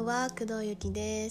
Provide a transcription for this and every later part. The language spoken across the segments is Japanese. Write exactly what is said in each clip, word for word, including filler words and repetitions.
んは、工藤由紀です、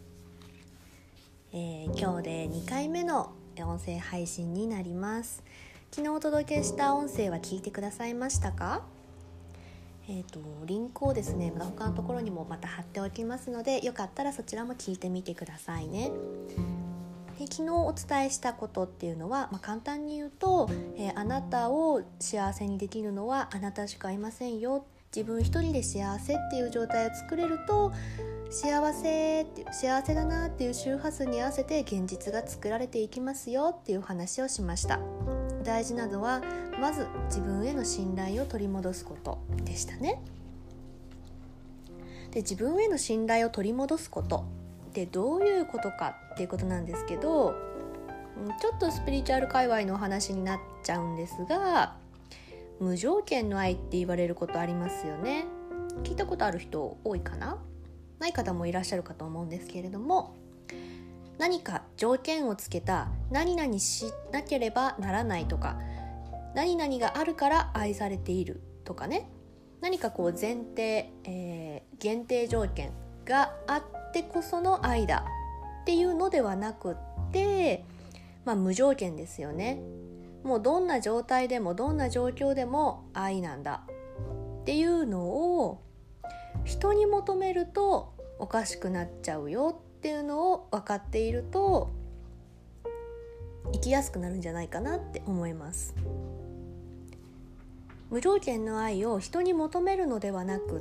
えー、今日でにかいめの音声配信になります。昨日お届けした音声は聞いてくださいましたか？えーと、リンクをですね、また他のところにもまた貼っておきますので、よかったらそちらも聞いてみてくださいね。で昨日お伝えしたことっていうのは、まあ、簡単に言うと、えー、あなたを幸せにできるのはあなたしかいませんよ。自分一人で幸せっていう状態を作れると、幸せっていう幸せだなっていう周波数に合わせて現実が作られていきますよっていう話をしました。大事なのはまず自分への信頼を取り戻すことでしたね。で自分への信頼を取り戻すことってどういうことかっていうことなんですけど、ちょっとスピリチュアル界隈のお話になっちゃうんですが、無条件の愛って言われることありますよね。聞いたことある人多いかな？ない方もいらっしゃるかと思うんですけれども、何か条件をつけた何々しなければならないとか、何々があるから愛されているとかね、何かこう前提、えー、限定条件があってこその愛だっていうのではなくって、まあ無条件ですよね。もうどんな状態でもどんな状況でも愛なんだっていうのを人に求めるとおかしくなっちゃうよっていうのを分かっていると生きやすくなるんじゃないかなって思います。無条件の愛を人に求めるのではなくって、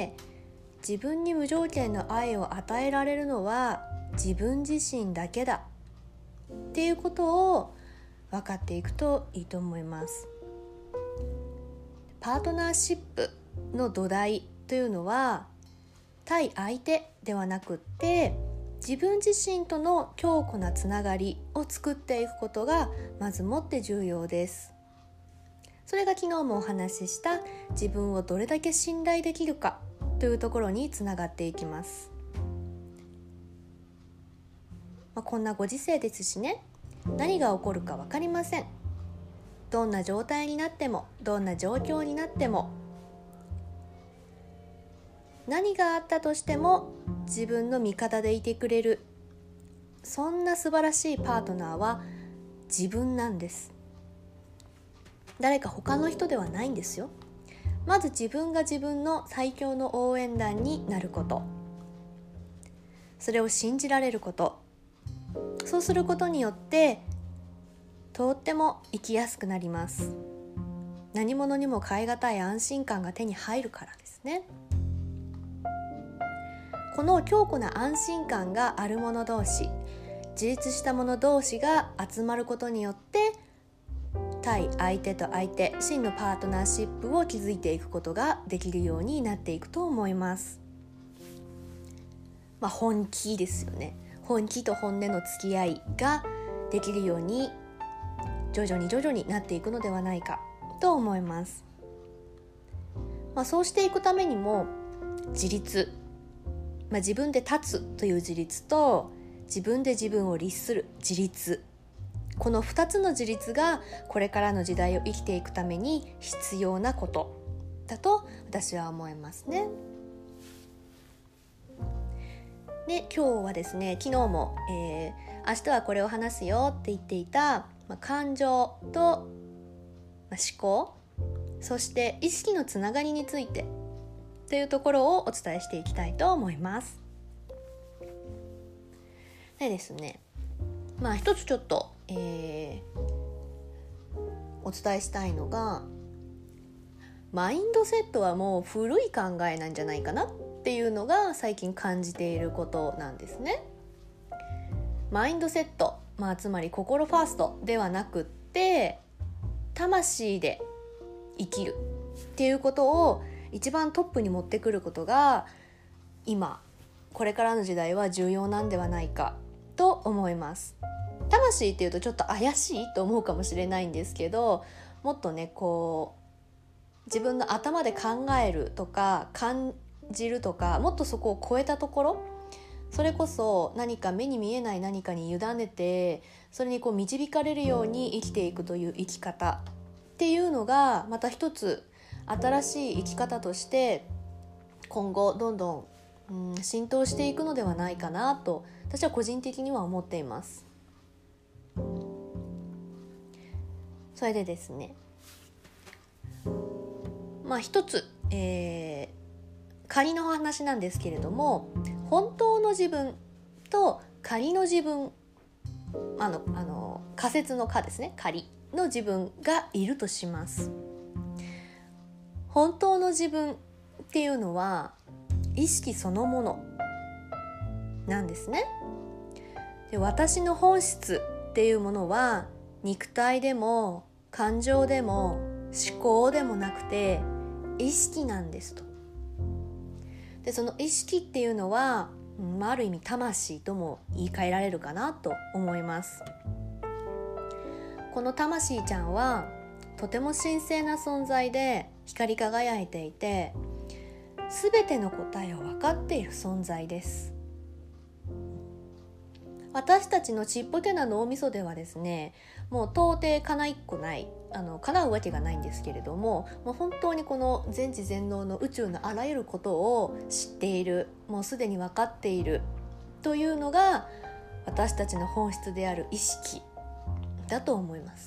自分に無条件の愛を与えられるのは自分自身だけだっていうことを分かっていくといいと思います。パートナーシップの土台というのは対相手ではなくって、自分自身との強固なつながりを作っていくことがまずもって重要です。それが昨日もお話しした自分をどれだけ信頼できるかというところにつながっていきます。まあ、こんなご時世ですしね、何が起こるか分かりません。どんな状態になっても、どんな状況になっても、何があったとしても自分の味方でいてくれる、そんな素晴らしいパートナーは自分なんです。誰か他の人ではないんですよ。まず自分が自分の最強の応援団になること、それを信じられること、そうすることによってとっても生きやすくなります。何者にも代え難い安心感が手に入るからですね。この強固な安心感がある者同士、自立した者同士が集まることによって、対相手と相手、真のパートナーシップを築いていくことができるようになっていくと思います。まあ、本気ですよね。本気と本音の付き合いができるように徐々に徐々になっていくのではないかと思います。まあ、そうしていくためにも自立、まあ、自分で立つという自立と自分で自分を律する自立、このふたつの自立がこれからの時代を生きていくために必要なことだと私は思いますね。で今日はですね、昨日も、えー、明日はこれを話すよって言っていた、まあ、感情と、まあ、思考、そして意識のつながりについてというところをお伝えしていきたいと思います。でですね、まあ一つちょっと、えー、お伝えしたいのが、マインドセットはもう古い考えなんじゃないかなっていうのが最近感じていることなんですね。マインドセット、まあ、つまり心ファーストではなくって、魂で生きるっていうことを一番トップに持ってくることが今これからの時代は重要なんではないかと思います。魂っていうとちょっと怪しいと思うかもしれないんですけど、もっとねこう自分の頭で考えるとか感じるとか、もっとそこを超えたところ、それこそ何か目に見えない何かに委ねて、それにこう導かれるように生きていくという生き方っていうのがまた一つ新しい生き方として今後どんどんうん、浸透していくのではないかなと私は個人的には思っています。それでですね、まあ一つ、えー、仮の話なんですけれども、本当の自分と仮の自分、あのあの仮説の仮ですね、仮の自分がいるとします。本当の自分っていうのは意識そのものなんですね。で、私の本質っていうものは肉体でも感情でも思考でもなくて意識なんですと。で、その意識っていうのは、まあ、ある意味魂とも言い換えられるかなと思います。この魂ちゃんはとても神聖な存在で光り輝いていて、すべての答えを分かっている存在です。私たちのちっぽけな脳みそではですね、もう到底かないっこない、あの叶うわけがないんですけれども、もう本当にこの全知全能の宇宙のあらゆることを知っている、もうすでに分かっているというのが私たちの本質である意識だと思います。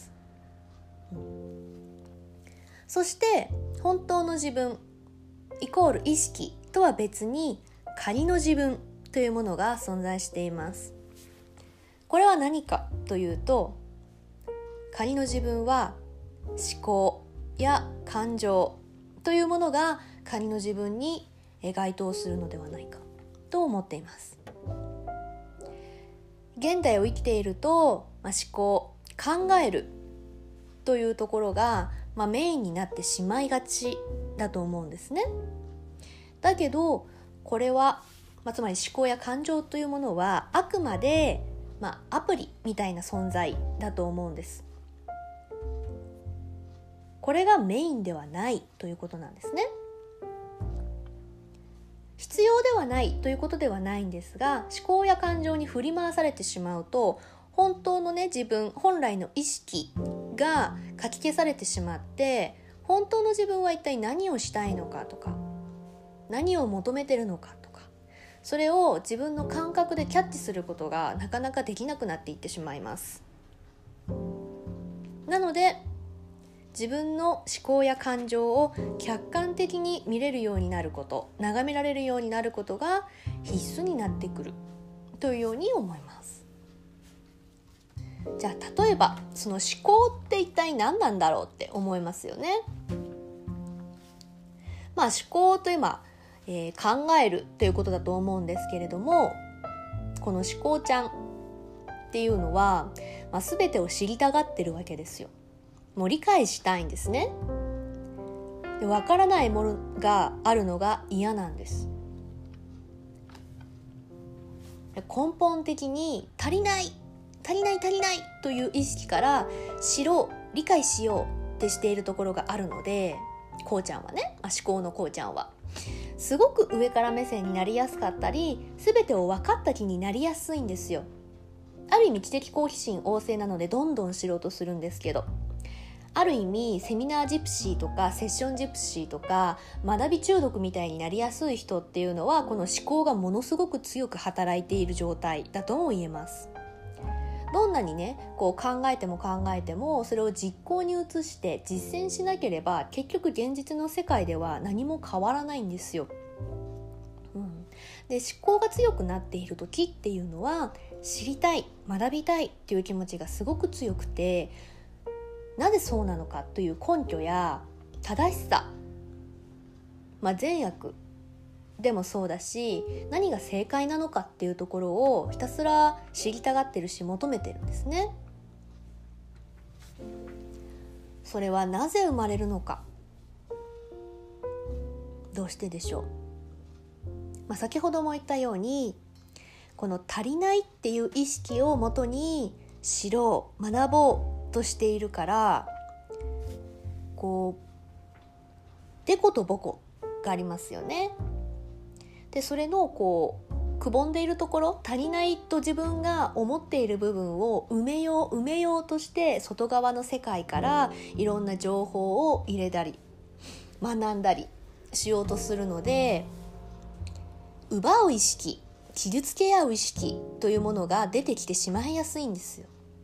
そして本当の自分イコール意識とは別に仮の自分というものが存在しています。これは何かというと、仮の自分は思考や感情というものが仮の自分に該当するのではないかと思っています。現代を生きていると、まあ、思考、考えるというところが、まあ、メインになってしまいがちだと思うんですね。だけどこれは、まあ、つまり思考や感情というものはあくまで、まあ、アプリみたいな存在だと思うんです。これがメインではないということなんですね。必要ではないということではないんですが、思考や感情に振り回されてしまうと、本当のね、自分本来の意識がかき消されてしまって、本当の自分は一体何をしたいのかとか、何を求めてるのかとか、それを自分の感覚でキャッチすることがなかなかできなくなっていってしまいます。なので自分の思考や感情を客観的に見れるようになること、眺められるようになることが必須になってくるというように思います。じゃあ例えばその思考って一体何なんだろうって思いますよね。まあ思考というのは、えー、考えるということだと思うんですけれども、この思考ちゃんっていうのは、まあ、全てを知りたがってるわけですよ。もう理解したいんですね。で、分からないものがあるのが嫌なんです。で、根本的に足りない足りない足りないという意識から知ろう、理解しようってしているところがあるので、こうちゃんはね、思考のこうちゃんはすごく上から目線になりやすかったり、全てを分かった気になりやすいんですよ。ある意味知的好奇心旺盛なのでどんどん知ろうとするんですけど、ある意味セミナージプシーとかセッションジプシーとか学び中毒みたいになりやすい人っていうのは、この思考がものすごく強く働いている状態だとも言えます。どんなにね、こう考えても考えてもそれを実行に移して実践しなければ、結局現実の世界では何も変わらないんですよ。うん、で、思考が強くなっている時っていうのは、知りたい、学びたいっていう気持ちがすごく強くて、なぜそうなのかという根拠や正しさ、まあ、善悪でもそうだし、何が正解なのかっていうところをひたすら知りたがってるし求めてるんですね。それはなぜ生まれるのか、どうしてでしょう。まあ、先ほども言ったように、この足りないっていう意識をもとに知ろう、学ぼうとしているから、こうデコとボコがありますよね。で、それのこうくぼんでいるところ、足りないと自分が思っている部分を埋めよう埋めようとして、外側の世界からいろんな情報を入れたり学んだりしようとするので、 奪う意識、傷つけ合う意識というものが出てきてしまいやすいんですよ。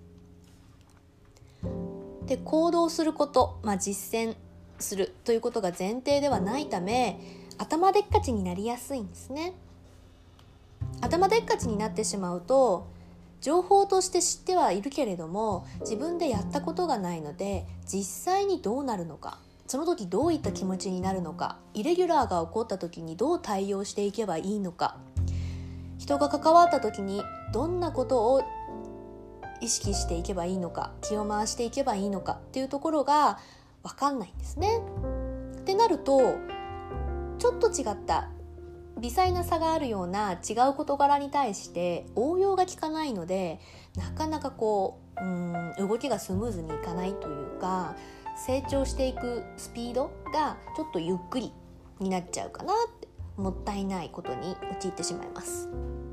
で、行動すること、まあ、実践するということが前提ではないため、頭でっかちになりやすいんですね。頭でっかちになってしまうと、情報として知ってはいるけれども自分でやったことがないので、実際にどうなるのか、その時どういった気持ちになるのか、イレギュラーが起こった時にどう対応していけばいいのか、人が関わった時にどんなことを意識していけばいいのか、気を回していけばいいのかっていうところが分かんないんですね。ってなると、ちょっと違った微細な差があるような違う事柄に対して応用が効かないので、なかなかこう、うーん動きがスムーズにいかないというか、成長していくスピードがちょっとゆっくりになっちゃうかなって、もったいないことに陥ってしまいます。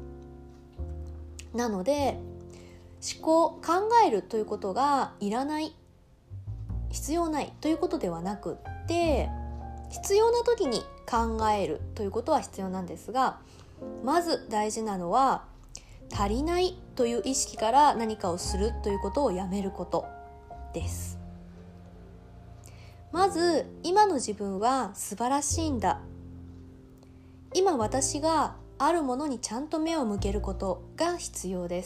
なので、思考、考えるということがいらない、必要ないということではなくって、必要な時に考えるということは必要なんですが、まず大事なのは足りないという意識から何かをするということをやめることです。まず、今の自分は素晴らしいんだ、今私があるものにちゃんと目を向けることが必要です。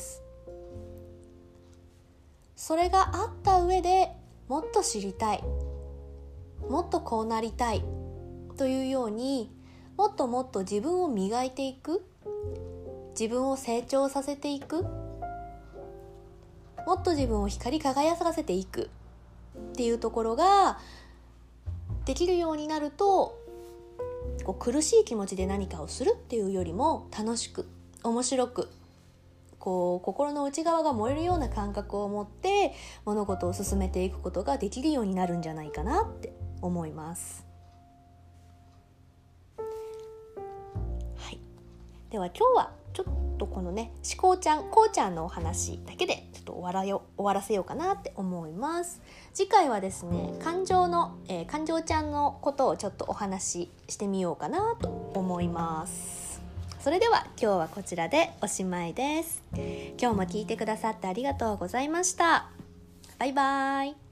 それがあった上で、もっと知りたい、もっとこうなりたいというように、もっともっと自分を磨いていく、自分を成長させていく、もっと自分を光り輝かせていくっていうところができるようになると、こう苦しい気持ちで何かをするっていうよりも楽しく、面白く、こう心の内側が燃えるような感覚を持って物事を進めていくことができるようになるんじゃないかなって思います。はい、では今日はちょっとこのね、思考ちゃん、こうちゃんのお話だけでちょっと終わらよ終わらせようかなって思います。次回はですね、感情の、えー、感情ちゃんのことをちょっとお話ししてみようかなと思います。それでは今日はこちらでおしまいです。今日も聞いてくださってありがとうございました。バイバイ。